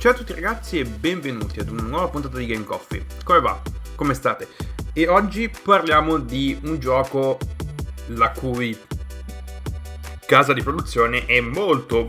Ciao a tutti ragazzi e benvenuti ad una nuova puntata di Game Coffee. Come va? Come state? E oggi parliamo di un gioco la cui casa di produzione è molto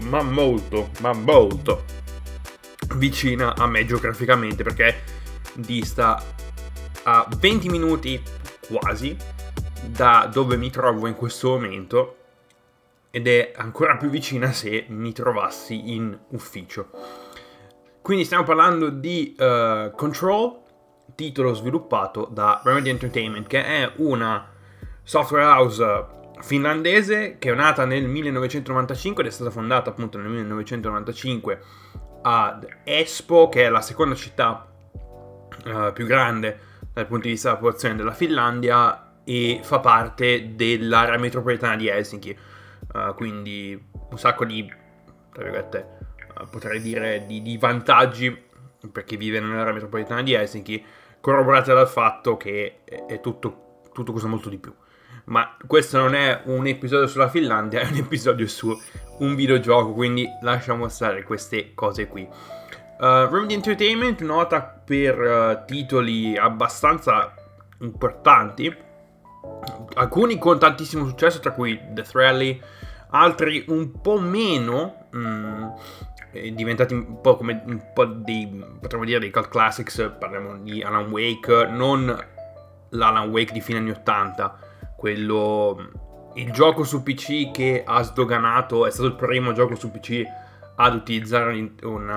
vicina a me geograficamente, perché dista a 20 minuti quasi da dove mi trovo in questo momento ed è ancora più vicina se mi trovassi in ufficio. Quindi stiamo parlando di Control, titolo sviluppato da Remedy Entertainment, che è una software house finlandese che è nata nel 1995 ed è stata fondata appunto nel 1995 ad Espoo, che è la seconda città più grande dal punto di vista della popolazione della Finlandia e fa parte dell'area metropolitana di Helsinki. Quindi un sacco di, tra virgolette, potrei dire di vantaggi per chi vive nell'area metropolitana di Helsinki, corroborati dal fatto che è tutto costa molto di più. Ma questo non è un episodio sulla Finlandia, è un episodio su un videogioco, quindi lasciamo stare queste cose qui. Remedy Entertainment nota per titoli abbastanza importanti, alcuni con tantissimo successo, tra cui Death Rally, altri un po' meno, diventati un po' come un po' dei, potremmo dire, dei cult classics. Parliamo di Alan Wake, non l'Alan Wake di fine anni 80, il gioco su PC che ha sdoganato, è stato il primo gioco su PC ad utilizzare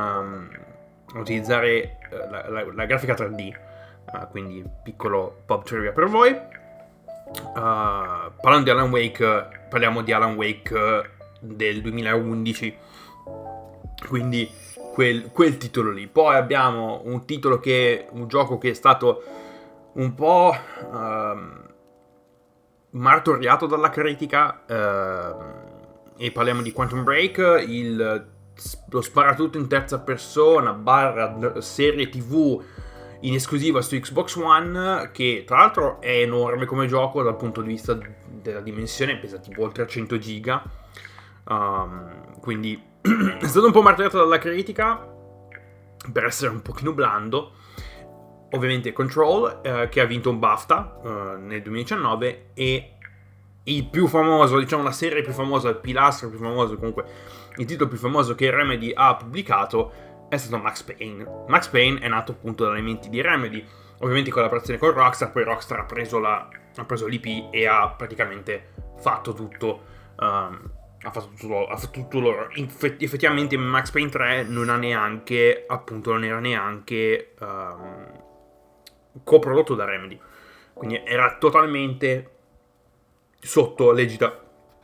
la grafica 3D, quindi piccolo pop trivia per voi. Parlando di Alan Wake, parliamo di Alan Wake del 2011, quindi quel titolo lì. Poi abbiamo un gioco che è stato un po' martoriato dalla critica, e parliamo di Quantum Break, lo sparatutto in terza persona / serie TV in esclusiva su Xbox One, che tra l'altro è enorme come gioco dal punto di vista della dimensione, pesa tipo oltre 100 giga, quindi è stato un po' martoriato dalla critica per essere un pochino blando. Ovviamente Control, che ha vinto un BAFTA nel 2019, e il più famoso, diciamo la serie più famosa, il pilastro più famoso, comunque il titolo più famoso che Remedy ha pubblicato è stato Max Payne. Max Payne è nato appunto dalle menti di Remedy, ovviamente in collaborazione con Rockstar. Poi Rockstar ha preso l'IP e ha praticamente fatto tutto, loro. Effettivamente Max Payne 3 non era neanche coprodotto da Remedy, quindi era totalmente sotto l'egida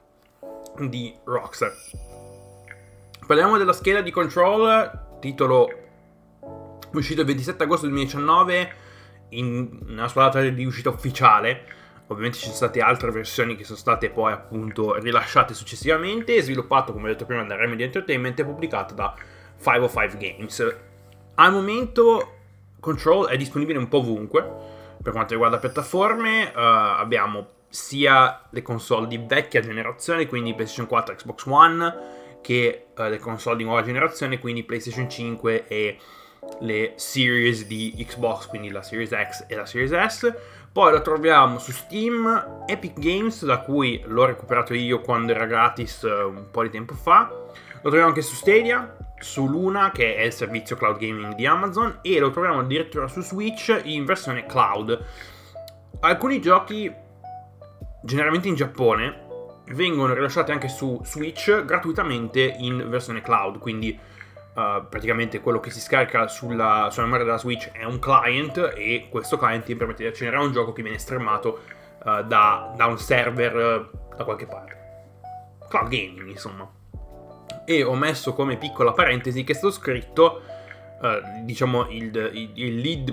di Rockstar. Parliamo della scheda di Control, titolo uscito il 27 agosto 2019 in una sua data di uscita ufficiale. Ovviamente ci sono state altre versioni che sono state poi appunto rilasciate successivamente. Sviluppato, come ho detto prima, da Remedy Entertainment e pubblicato da 505 Games. Al momento Control è disponibile un po' ovunque. Per quanto riguarda piattaforme, abbiamo sia le console di vecchia generazione, quindi PlayStation 4 e Xbox One, che le console di nuova generazione, quindi PlayStation 5 e le series di Xbox, quindi la Series X e la Series S. Poi lo troviamo su Steam, Epic Games, da cui l'ho recuperato io quando era gratis un po' di tempo fa. Lo troviamo anche su Stadia, su Luna, che è il servizio cloud gaming di Amazon, e lo troviamo addirittura su Switch in versione cloud. Alcuni giochi, generalmente in Giappone, vengono rilasciati anche su Switch gratuitamente in versione cloud, quindi praticamente quello che si scarica sulla memoria della Switch è un client, e questo client ti permette di accedere a un gioco che viene streamato da un server da qualche parte. Cloud gaming, insomma. E ho messo come piccola parentesi che è stato scritto, diciamo il lead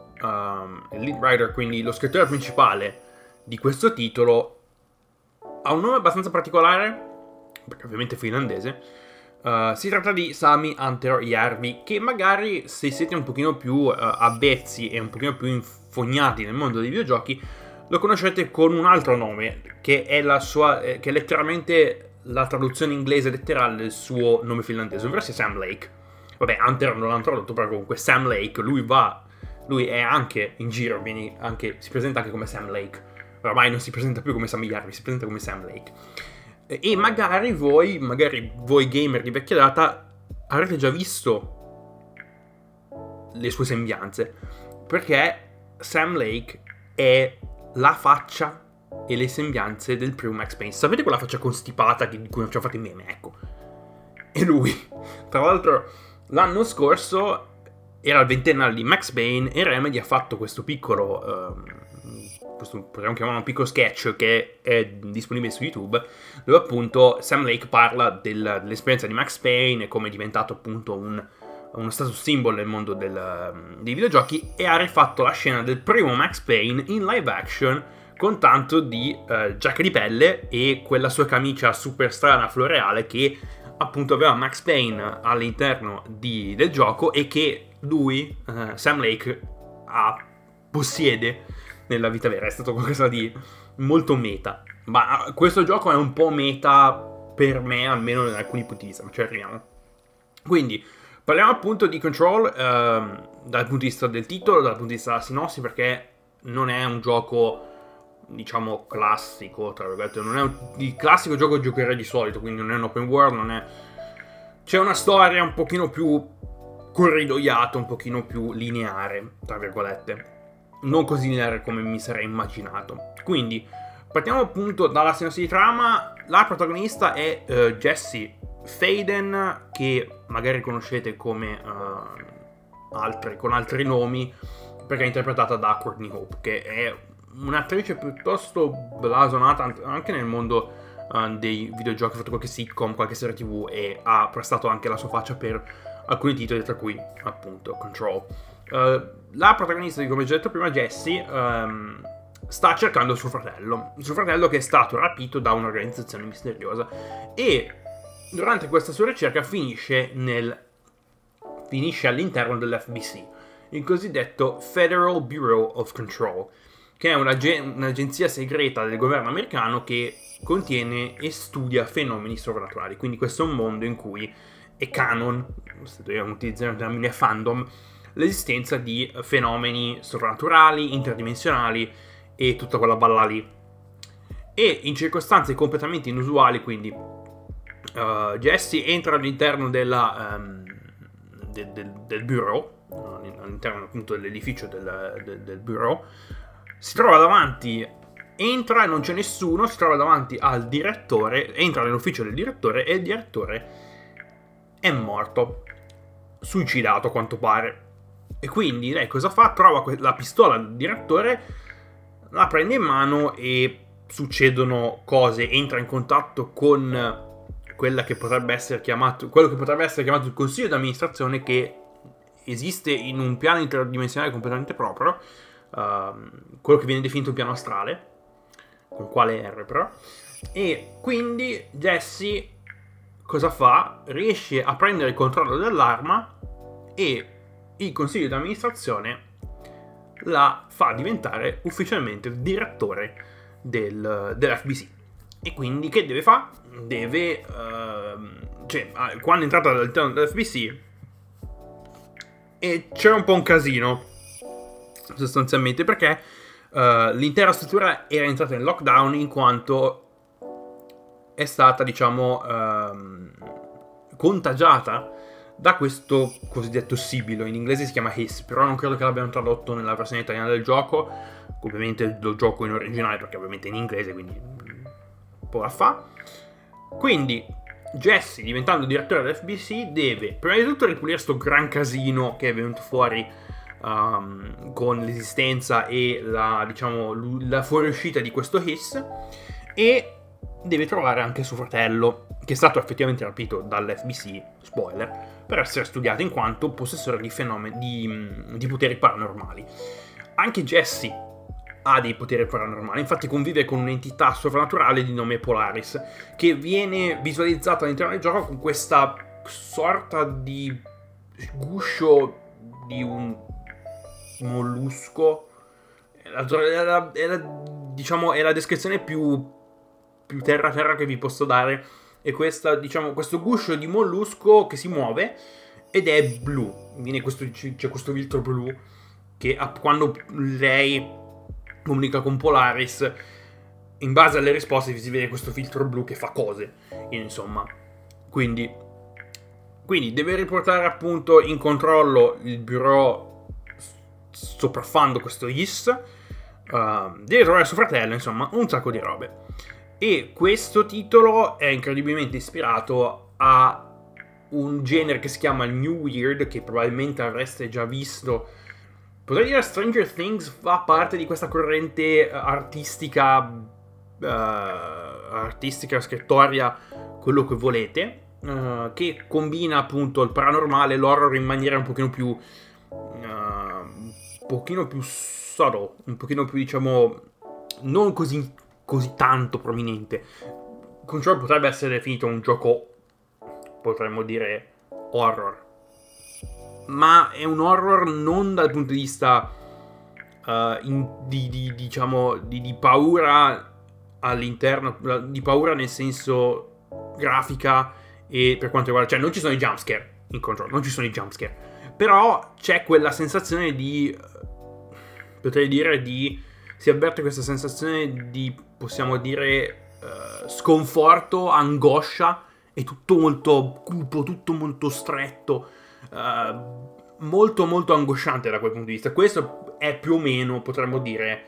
writer, quindi lo scrittore principale di questo titolo, ha un nome abbastanza particolare, perché ovviamente è finlandese. Si tratta di Sami Antero Järvi, che magari, se siete un pochino più avvezzi e un pochino più infognati nel mondo dei videogiochi, lo conoscete con un altro nome, che è che è letteralmente la traduzione inglese letterale del suo nome finlandese, ovvero Sam Lake. Vabbè, Hunter non l'hanno tradotto, però comunque Sam Lake, lui è anche in giro, si presenta anche come Sam Lake. Ormai non si presenta più come Sammy Jarvis, si presenta come Sam Lake. E magari voi gamer di vecchia data avrete già visto le sue sembianze, perché Sam Lake è la faccia e le sembianze del primo Max Payne. Sapete quella faccia constipata di cui non ci ho fatto i meme? Ecco. E lui, tra l'altro, l'anno scorso era il ventennale di Max Payne e Remedy ha fatto questo piccolo potremmo chiamarlo un piccolo sketch che è disponibile su YouTube, dove appunto Sam Lake parla dell'esperienza di Max Payne e come è diventato appunto uno status symbol nel mondo dei videogiochi, e ha rifatto la scena del primo Max Payne in live action con tanto di giacca di pelle e quella sua camicia super strana floreale che appunto aveva Max Payne all'interno del gioco e che lui, Sam Lake, possiede nella vita vera. È stato qualcosa di molto meta, ma questo gioco è un po' meta per me, almeno in alcuni punti di vista, ma ci arriviamo. Quindi parliamo appunto di Control dal punto di vista del titolo, dal punto di vista della sinossi, perché non è un gioco diciamo classico, tra virgolette, non è il classico gioco che giocherei di solito, quindi non è un open world, c'è una storia un pochino più corridoiata, un pochino più lineare, tra virgolette, non così lineare come mi sarei immaginato. Quindi partiamo appunto dalla sinossi di trama. La protagonista è Jessie Faden, che magari conoscete come con altri nomi, perché è interpretata da Courtney Hope, che è un'attrice piuttosto blasonata anche nel mondo dei videogiochi, ha fatto qualche sitcom, qualche serie tv e ha prestato anche la sua faccia per alcuni titoli, tra cui appunto Control. La protagonista, come già detto prima, Jessie, sta cercando il suo fratello che è stato rapito da un'organizzazione misteriosa, e durante questa sua ricerca finisce all'interno dell'FBC, il cosiddetto Federal Bureau of Control, che è un'agenzia segreta del governo americano che contiene e studia fenomeni sovrannaturali. Quindi questo è un mondo in cui è canon, se dobbiamo utilizzare il termine fandom, l'esistenza di fenomeni sovrannaturali, interdimensionali e tutta quella balla lì. E in circostanze completamente inusuali, quindi Jessie entra all'interno del bureau, all'interno appunto dell'edificio del bureau, si trova davanti, entra e non c'è nessuno, si trova davanti al direttore, entra nell'ufficio del direttore e il direttore è morto, suicidato a quanto pare. E quindi lei cosa fa? Trova la pistola del direttore, la prende in mano e succedono cose, entra in contatto con quello che potrebbe essere chiamato il consiglio di amministrazione, che esiste in un piano interdimensionale completamente proprio, quello che viene definito un piano astrale, con quale R però. E quindi Jessie cosa fa? Riesce a prendere il controllo dell'arma e il consiglio di amministrazione la fa diventare ufficialmente il direttore dell'FBC. E quindi che deve fare? Quando è entrata all'interno dell'FBC e c'era un po' un casino sostanzialmente, perché l'intera struttura era entrata in lockdown in quanto è stata contagiata da questo cosiddetto sibilo. In inglese si chiama hiss, però non credo che l'abbiano tradotto nella versione italiana del gioco. Ovviamente lo gioco in originale, perché ovviamente è in inglese, quindi un po' la fa. Quindi Jessie, diventando direttore dell'FBC, deve prima di tutto ripulire sto gran casino che è venuto fuori con l'esistenza e la fuoriuscita di questo hiss, e deve trovare anche suo fratello, che è stato effettivamente rapito dall'FBC, spoiler, per essere studiato in quanto possessore di fenomeni di poteri paranormali. Anche Jessie ha dei poteri paranormali, infatti convive con un'entità sovrannaturale di nome Polaris, che viene visualizzata all'interno del gioco con questa sorta di guscio di un mollusco. È la descrizione più terra che vi posso dare. E questo guscio di mollusco che si muove ed è blu. C'è questo filtro blu che quando lei comunica con Polaris, in base alle risposte si vede questo filtro blu che fa cose, insomma. Quindi deve riportare appunto in controllo il bureau sopraffando questo Is, deve trovare suo fratello, insomma, un sacco di robe. E questo titolo è incredibilmente ispirato a un genere che si chiama il New Weird, che probabilmente avreste già visto. Potrei dire Stranger Things fa parte di questa corrente artistica, scrittoria, quello che volete, che combina appunto il paranormale e l'horror in maniera un pochino più subtle, un pochino più, diciamo, non così tanto prominente. Control potrebbe essere definito un gioco, potremmo dire, horror, ma è un horror non dal punto di vista di paura all'interno, di paura nel senso grafica e per quanto riguarda, cioè non ci sono i jumpscare in Control, non ci sono i jumpscare, però c'è quella sensazione di, potrei dire, si avverte questa sensazione di, possiamo dire, sconforto, angoscia. È tutto molto cupo, tutto molto stretto, molto molto angosciante da quel punto di vista. Questo è più o meno, potremmo dire,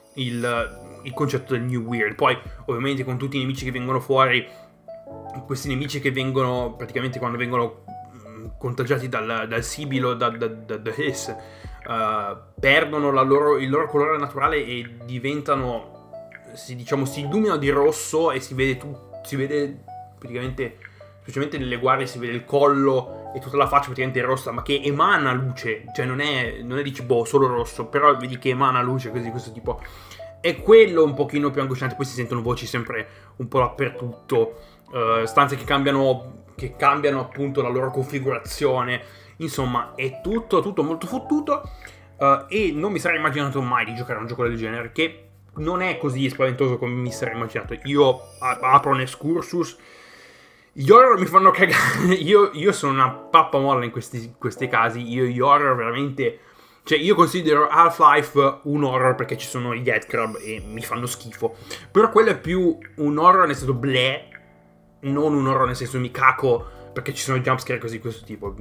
il concetto del New Weird. Poi ovviamente con tutti i nemici che vengono fuori, questi nemici che vengono praticamente quando vengono contagiati dal sibilo, da Hiss, perdono il loro colore naturale e diventano, si illuminano di rosso e si vede praticamente, specialmente nelle guardie, si vede il collo e tutta la faccia praticamente rossa, ma che emana luce, cioè non è dici solo rosso, però vedi che emana luce così di questo tipo. È quello un pochino più angosciante. Poi si sentono voci sempre un po' dappertutto, stanze che cambiano appunto la loro configurazione, insomma è tutto molto fottuto, e non mi sarei immaginato mai di giocare a un gioco del genere, che non è così spaventoso come mi sarei immaginato. Io apro un excursus. Gli horror mi fanno cagare. Io sono una pappamolla in questi casi. Gli horror veramente, cioè io considero Half-Life un horror perché ci sono gli headcrab e mi fanno schifo. Però quello è più un horror nel senso bleh, non un horror nel senso mi caco perché ci sono jumpscare così di questo tipo.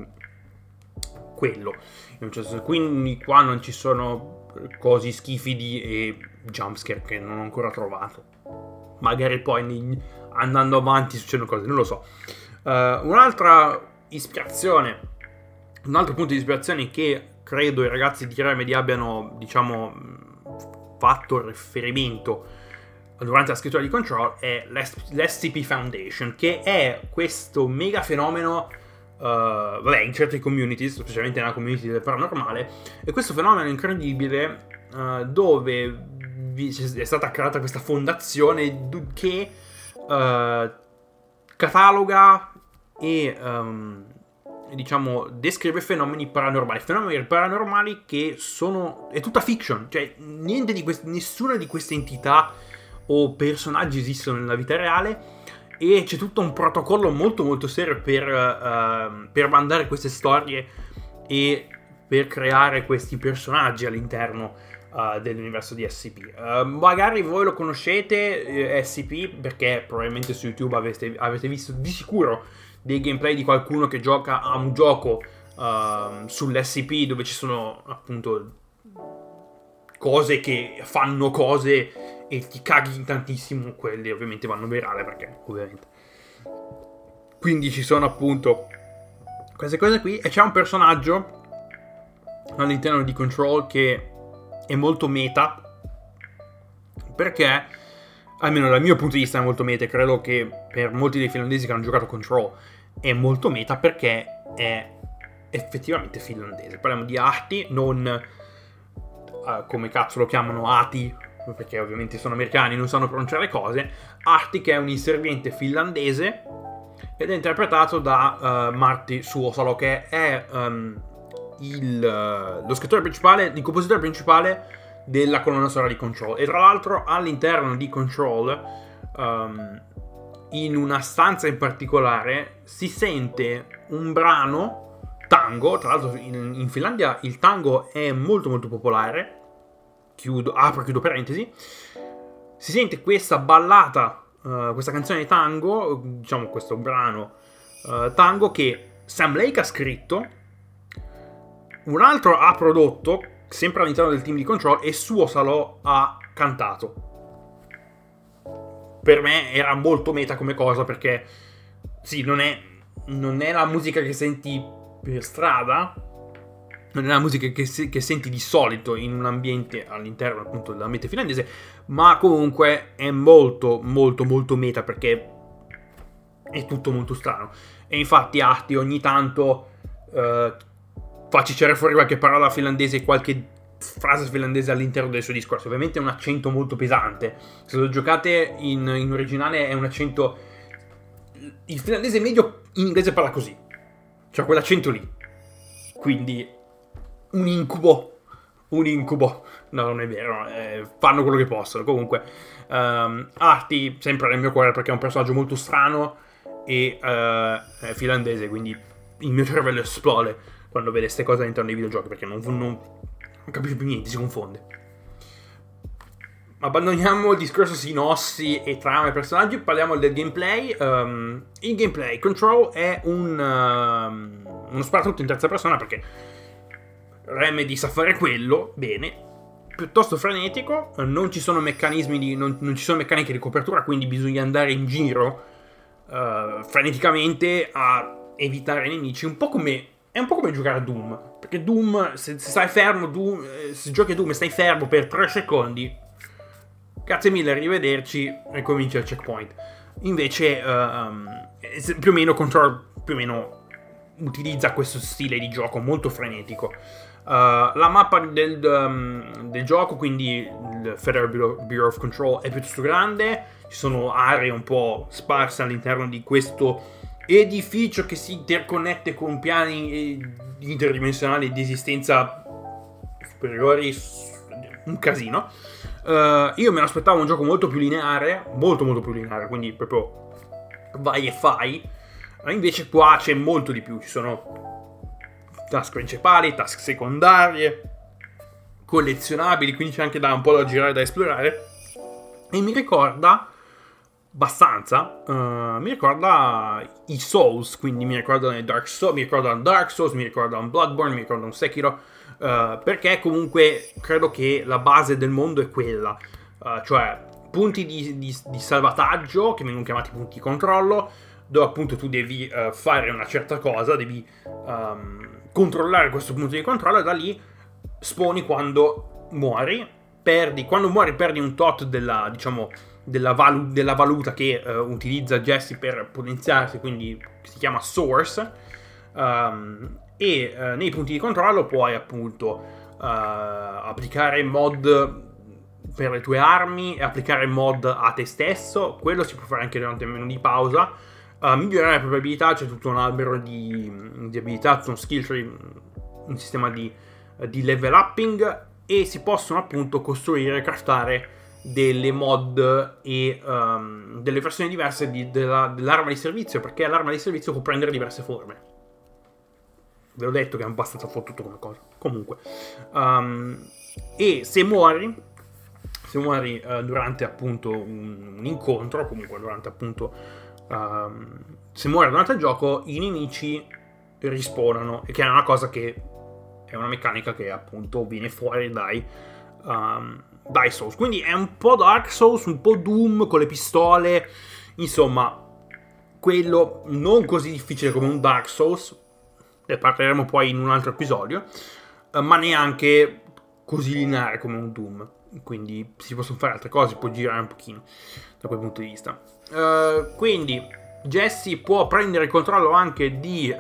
Quello in un certo senso. Quindi qua non ci sono cosi schifidi e jumpscare che non ho ancora trovato. Magari poi andando avanti succedono cose, non lo so. Un'altra ispirazione, un altro punto di ispirazione che credo i ragazzi di Remedy abbiano, diciamo, fatto riferimento durante la scrittura di Control è l'SCP Foundation, che è questo mega fenomeno, in certe communities, specialmente nella community del paranormale, e questo fenomeno incredibile dove è stata creata questa fondazione che cataloga e diciamo descrive fenomeni paranormali che è tutta fiction, cioè nessuna di queste entità o personaggi esistono nella vita reale, e c'è tutto un protocollo molto molto serio per mandare queste storie e per creare questi personaggi all'interno dell'universo di SCP. Magari voi lo conoscete, SCP, perché probabilmente su YouTube avete visto di sicuro dei gameplay di qualcuno che gioca a un gioco sull'SCP dove ci sono appunto cose che fanno cose e ti caghi tantissimo. Quelli ovviamente vanno virale perché ovviamente, quindi ci sono appunto queste cose qui, e c'è un personaggio all'interno di Control che è molto meta, perché almeno dal mio punto di vista è molto meta, e credo che per molti dei finlandesi che hanno giocato Control è molto meta perché è effettivamente finlandese. Parliamo di Ahti, non come cazzo lo chiamano Ati, perché ovviamente sono americani, non sanno pronunciare cose. Ahti, che è un inserviente finlandese ed è interpretato da Martti Suosalo, che è lo scrittore principale, il compositore principale della colonna sonora di Control. E tra l'altro all'interno di Control, in una stanza in particolare, si sente un brano tango. Tra l'altro in Finlandia il tango è molto molto popolare. Apro e chiudo parentesi. Si sente questa ballata, questa canzone tango, diciamo questo brano tango che Sam Lake ha scritto, un altro ha prodotto, sempre all'interno del team di Control, e Suo Salò ha cantato. Per me era molto meta come cosa, perché sì, non è la musica che senti per strada, non è la musica che senti di solito in un ambiente all'interno appunto dell'ambiente finlandese, ma comunque è molto molto molto meta, perché è tutto molto strano. E infatti Ahti ogni tanto fa cicciare fuori qualche parola finlandese, qualche frase finlandese all'interno del suo discorso. Ovviamente è un accento molto pesante. Se lo giocate in originale è un accento... Il finlandese medio in inglese parla così, cioè quell'accento lì. Quindi un incubo. No, non è vero, fanno quello che possono. Comunque Ahti sempre nel mio cuore, perché è un personaggio molto strano e è finlandese, quindi il mio cervello esplode quando vede queste cose all'interno dei videogiochi, perché non capisce più niente, si confonde. Abbandoniamo il discorso sinossi e trama e personaggi, parliamo del gameplay. Il gameplay Control è uno sparatutto in terza persona, perché Remedy sa fare quello bene, piuttosto frenetico. Non ci sono meccanismi non ci sono meccaniche di copertura, quindi bisogna andare in giro freneticamente a evitare nemici, è un po' come giocare a Doom, perché Doom, se stai fermo, se giochi a Doom e stai fermo per 3 secondi, grazie mille, arrivederci, e comincia il checkpoint. Invece più o meno Control utilizza questo stile di gioco molto frenetico. La mappa del gioco, quindi il Federal Bureau of Control, è piuttosto grande. Ci sono aree un po' sparse all'interno di questo edificio che si interconnette con piani interdimensionali di esistenza superiori, un casino. Io me l'aspettavo un gioco molto più lineare, molto molto più lineare, quindi proprio vai e fai. Invece qua c'è molto di più, ci sono task principali, task secondarie, collezionabili, quindi c'è anche un po' da girare, da esplorare. E mi ricorda abbastanza, mi ricorda i Souls, quindi mi ricorda Dark Souls, mi ricorda un Bloodborne, mi ricorda un Sekiro, perché comunque credo che la base del mondo è quella, cioè punti di salvataggio, che vengono chiamati punti di controllo, dove appunto tu devi fare una certa cosa, devi controllare questo punto di controllo, e da lì sponi quando muori. Quando muori perdi un tot della valuta che utilizza Jesse per potenziarsi, quindi si chiama Source, e nei punti di controllo puoi appunto applicare mod per le tue armi e applicare mod a te stesso. Quello si può fare anche durante il menu di pausa. Migliorare le proprie abilità, c'è tutto un albero di abilità, tutto un skill tree, un sistema di level upping, e si possono appunto costruire e craftare delle mod e delle versioni diverse dell'arma di servizio, perché l'arma di servizio può prendere diverse forme. Ve l'ho detto che è abbastanza fottuto come cosa. Comunque e se muori durante appunto un incontro, comunque durante appunto se muori durante il gioco, i nemici rispawnano, e che è una cosa che è una meccanica che appunto viene fuori dai Souls. Quindi è un po' Dark Souls, un po' Doom con le pistole, insomma quello non così difficile come un Dark Souls, ne parleremo poi in un altro episodio, ma neanche così lineare come un Doom, quindi si possono fare altre cose, si può girare un pochino da quel punto di vista. Quindi Jesse può prendere il controllo anche di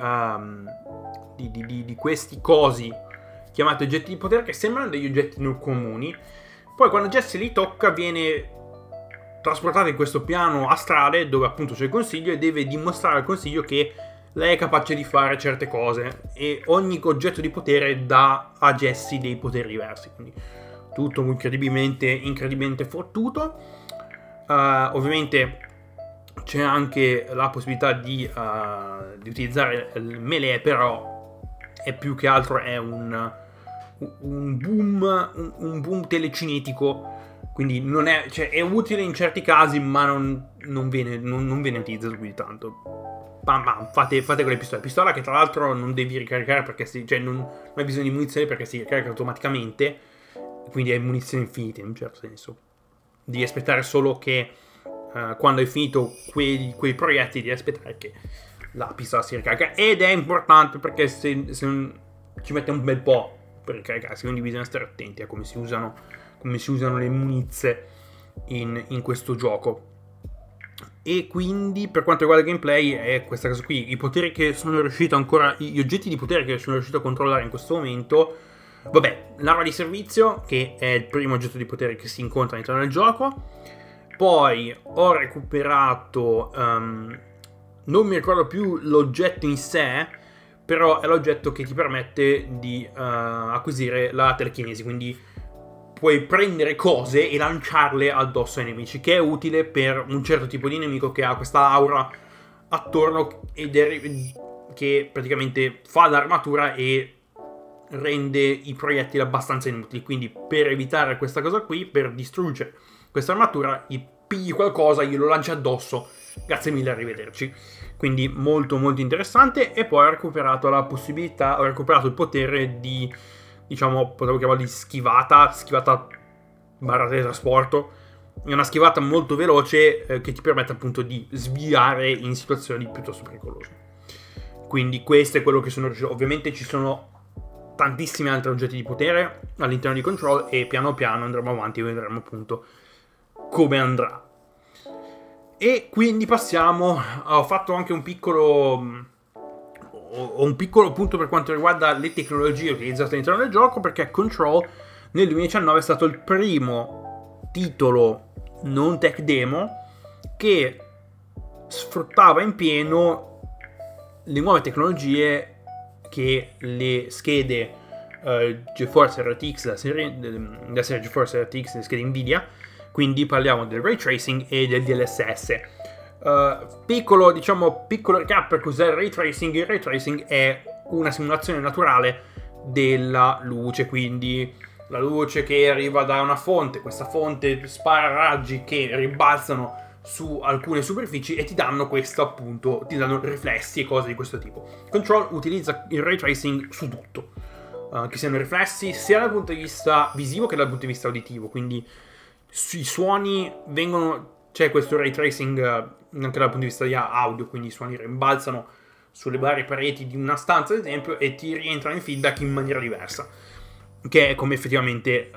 questi cosi chiamati oggetti di potere, che sembrano degli oggetti non comuni. Poi quando Jesse li tocca viene trasportato in questo piano astrale, dove appunto c'è il consiglio, e deve dimostrare al consiglio che lei è capace di fare certe cose, e ogni oggetto di potere dà a Jesse dei poteri diversi, quindi tutto incredibilmente fottuto. Ovviamente c'è anche la possibilità di utilizzare il melee, però è più che altro è un boom telecinetico, quindi non è, cioè, è utile in certi casi, ma non viene utilizzato più di tanto. Bam, bam, fate con le pistola che tra l'altro non devi ricaricare perché non hai bisogno di munizioni perché si ricarica automaticamente, quindi hai munizioni infinite in un certo senso. Devi aspettare solo che quando hai finito quei proiettili, devi aspettare che la pistola si ricarica, ed è importante perché se ci mette un bel po' per ricaricarsi, quindi bisogna stare attenti a come si usano le munizie in questo gioco. E quindi per quanto riguarda il gameplay è questa cosa qui, i poteri che sono riuscito ancora, gli oggetti di potere che sono riuscito a controllare in questo momento. Vabbè, l'arma di servizio, che è il primo oggetto di potere che si incontra all'interno del gioco. Poi ho recuperato, non mi ricordo più l'oggetto in sé, però è l'oggetto che ti permette di acquisire la telekinesi, quindi puoi prendere cose e lanciarle addosso ai nemici, che è utile per un certo tipo di nemico che ha questa aura attorno che praticamente fa l'armatura e rende i proiettili abbastanza inutili. Quindi per evitare questa cosa qui, per distruggere questa armatura, gli pigli qualcosa, glielo lanci addosso, grazie mille, arrivederci. Quindi molto molto interessante. E poi ho recuperato il potere di, diciamo, potevo chiamarlo di schivata barra teletrasporto. È una schivata molto veloce che ti permette appunto di sviare in situazioni piuttosto pericolose. Quindi questo è quello che sono riuscito. Ovviamente ci sono tantissimi altri oggetti di potere all'interno di Control e piano piano andremo avanti e vedremo appunto come andrà. E quindi passiamo, ho fatto anche un piccolo punto per quanto riguarda le tecnologie utilizzate all'interno del gioco, perché Control nel 2019 è stato il primo titolo non tech demo che sfruttava in pieno le nuove tecnologie che le schede GeForce RTX, la serie GeForce RTX, le schede Nvidia, quindi parliamo del ray tracing e del DLSS. Piccolo recap per cos'è il ray tracing. Il ray tracing è una simulazione naturale della luce, quindi la luce che arriva da una fonte, questa fonte spara raggi che rimbalzano su alcune superfici e ti danno riflessi e cose di questo tipo. Control utilizza il ray tracing su tutto, che siano riflessi sia dal punto di vista visivo che dal punto di vista uditivo, quindi sui suoni c'è questo ray tracing anche dal punto di vista di audio, quindi i suoni rimbalzano sulle varie pareti di una stanza ad esempio e ti rientrano in feedback in maniera diversa, che è come effettivamente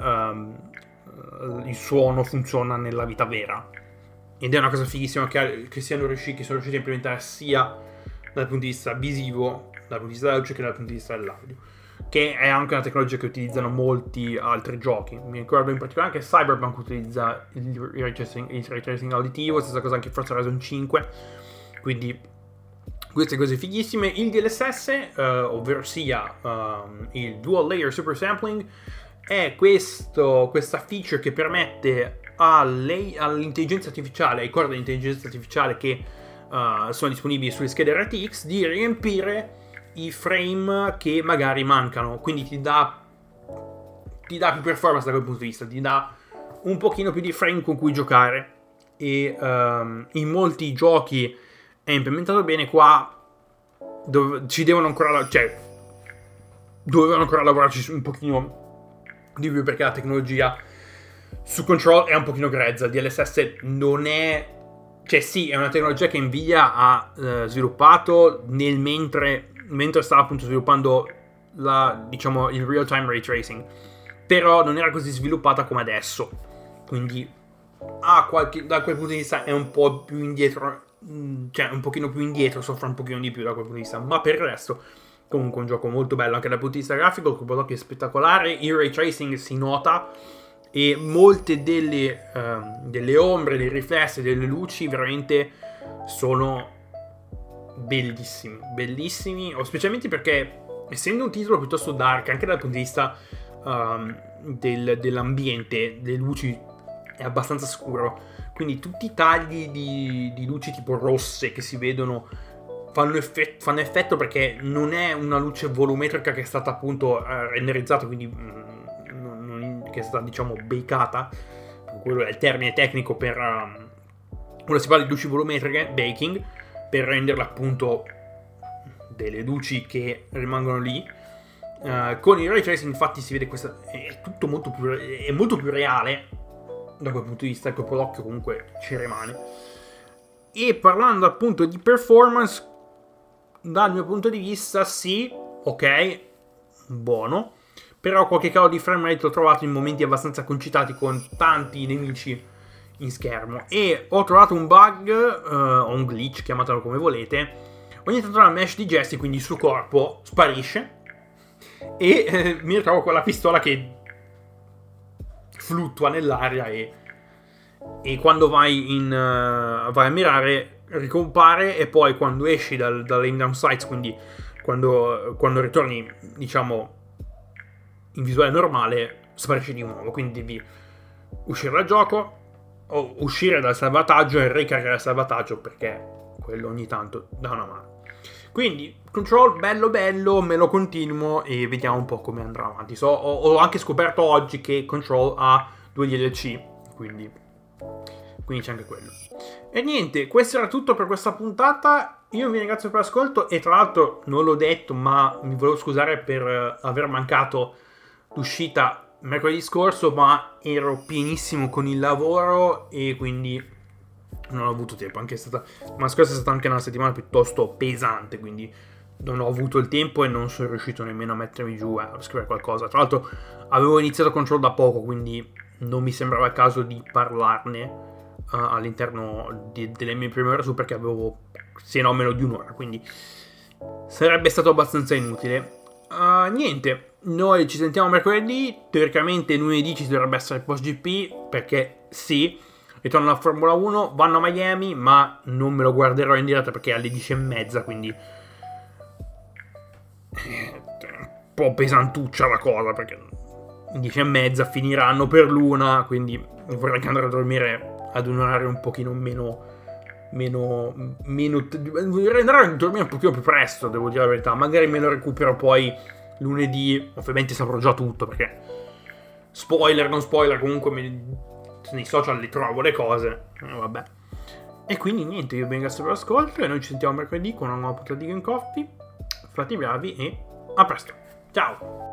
il suono funziona nella vita vera. Ed è una cosa fighissima che sono riusciti a implementare sia dal punto di vista visivo, dal punto di vista della luce, che dal punto di vista dell'audio, che è anche una tecnologia che utilizzano molti altri giochi. Mi ricordo in particolare che Cyberpunk utilizza il ray tracing auditivo, stessa cosa anche Forza Horizon 5, quindi queste cose fighissime. Il DLSS, ovvero sia il Dual Layer Super Sampling, è questa feature che permette all'intelligenza artificiale, ai core dell'intelligenza artificiale che sono disponibili sulle schede RTX, di riempire i frame che magari mancano, quindi ti dà più performance da quel punto di vista, ti dà un pochino più di frame con cui giocare, e in molti giochi è implementato bene. Qua dovevano ancora lavorarci un pochino di più, perché la tecnologia su Control è un pochino grezza. Il DLSS non è, sì, è una tecnologia che Nvidia ha sviluppato mentre stava appunto sviluppando il real time ray tracing, però non era così sviluppata come adesso, quindi da quel punto di vista è un po' più indietro, un pochino più indietro, soffre un pochino di più da quel punto di vista, ma per il resto comunque un gioco molto bello anche dal punto di vista grafico. Il colpo d'occhio è spettacolare, il ray tracing si nota e molte delle ombre, dei riflessi, delle luci veramente sono bellissimi, specialmente perché essendo un titolo piuttosto dark anche dal punto di vista dell'ambiente, delle luci è abbastanza scuro, quindi tutti i tagli di luci tipo rosse che si vedono fanno effetto perché non è una luce volumetrica che è stata appunto renderizzata, quindi che è stata, diciamo, bakata. Quello è il termine tecnico per quando si parla di luci volumetriche, baking, per renderle appunto delle luci che rimangono lì. Con il ray tracing infatti si vede questa, è tutto molto più reale da quel punto di vista, ecco, poi l'occhio comunque ci rimane. E parlando appunto di performance, dal mio punto di vista sì, ok, buono, però qualche calo di frame rate l'ho trovato in momenti abbastanza concitati con tanti nemici in schermo, e ho trovato un bug o un glitch, chiamatelo come volete. Ogni tanto la mesh di Jesse, quindi il suo corpo, sparisce e mi ritrovo con la pistola che fluttua nell'aria e quando vai a mirare ricompare, e poi quando esci dall'aim down sights, quindi quando ritorni, diciamo, in visuale normale, sparisce di nuovo. Quindi devi uscire dal gioco o uscire dal salvataggio e ricaricare il salvataggio, perché quello ogni tanto dà una mano. Quindi Control bello, me lo continuo e vediamo un po' come andrà avanti. Ho anche scoperto oggi che Control ha 2 DLC, quindi c'è anche quello. E niente, questo era tutto per questa puntata. Io vi ringrazio per l'ascolto e tra l'altro non l'ho detto, ma mi volevo scusare per aver mancato l'uscita mercoledì scorso, ma ero pienissimo con il lavoro e quindi non ho avuto tempo. Ma scorsa è stata anche una settimana piuttosto pesante, quindi non ho avuto il tempo e non sono riuscito nemmeno a mettermi giù a scrivere qualcosa. Tra l'altro avevo iniziato Control da poco, quindi non mi sembrava il caso di parlarne all'interno delle mie prime ore su, perché avevo se no meno di un'ora, quindi sarebbe stato abbastanza inutile. Niente, noi ci sentiamo mercoledì. Teoricamente lunedì ci dovrebbe essere il post GP, perché sì, ritorno alla Formula 1, vanno a Miami, ma non me lo guarderò in diretta perché è alle 10:30, quindi un po' pesantuccia la cosa, perché 10:30 finiranno per l'una, quindi vorrei che andrò a dormire ad un orario un pochino meno vorrei andare a dormire un pochino più presto, devo dire la verità. Magari me lo recupero poi lunedì, ovviamente saprò già tutto, perché spoiler non spoiler comunque nei social le trovo le cose, vabbè. E quindi niente, io vi ringrazio per l'ascolto e noi ci sentiamo mercoledì con una nuova puntata di Game Coffee. Fate i bravi e a presto, ciao!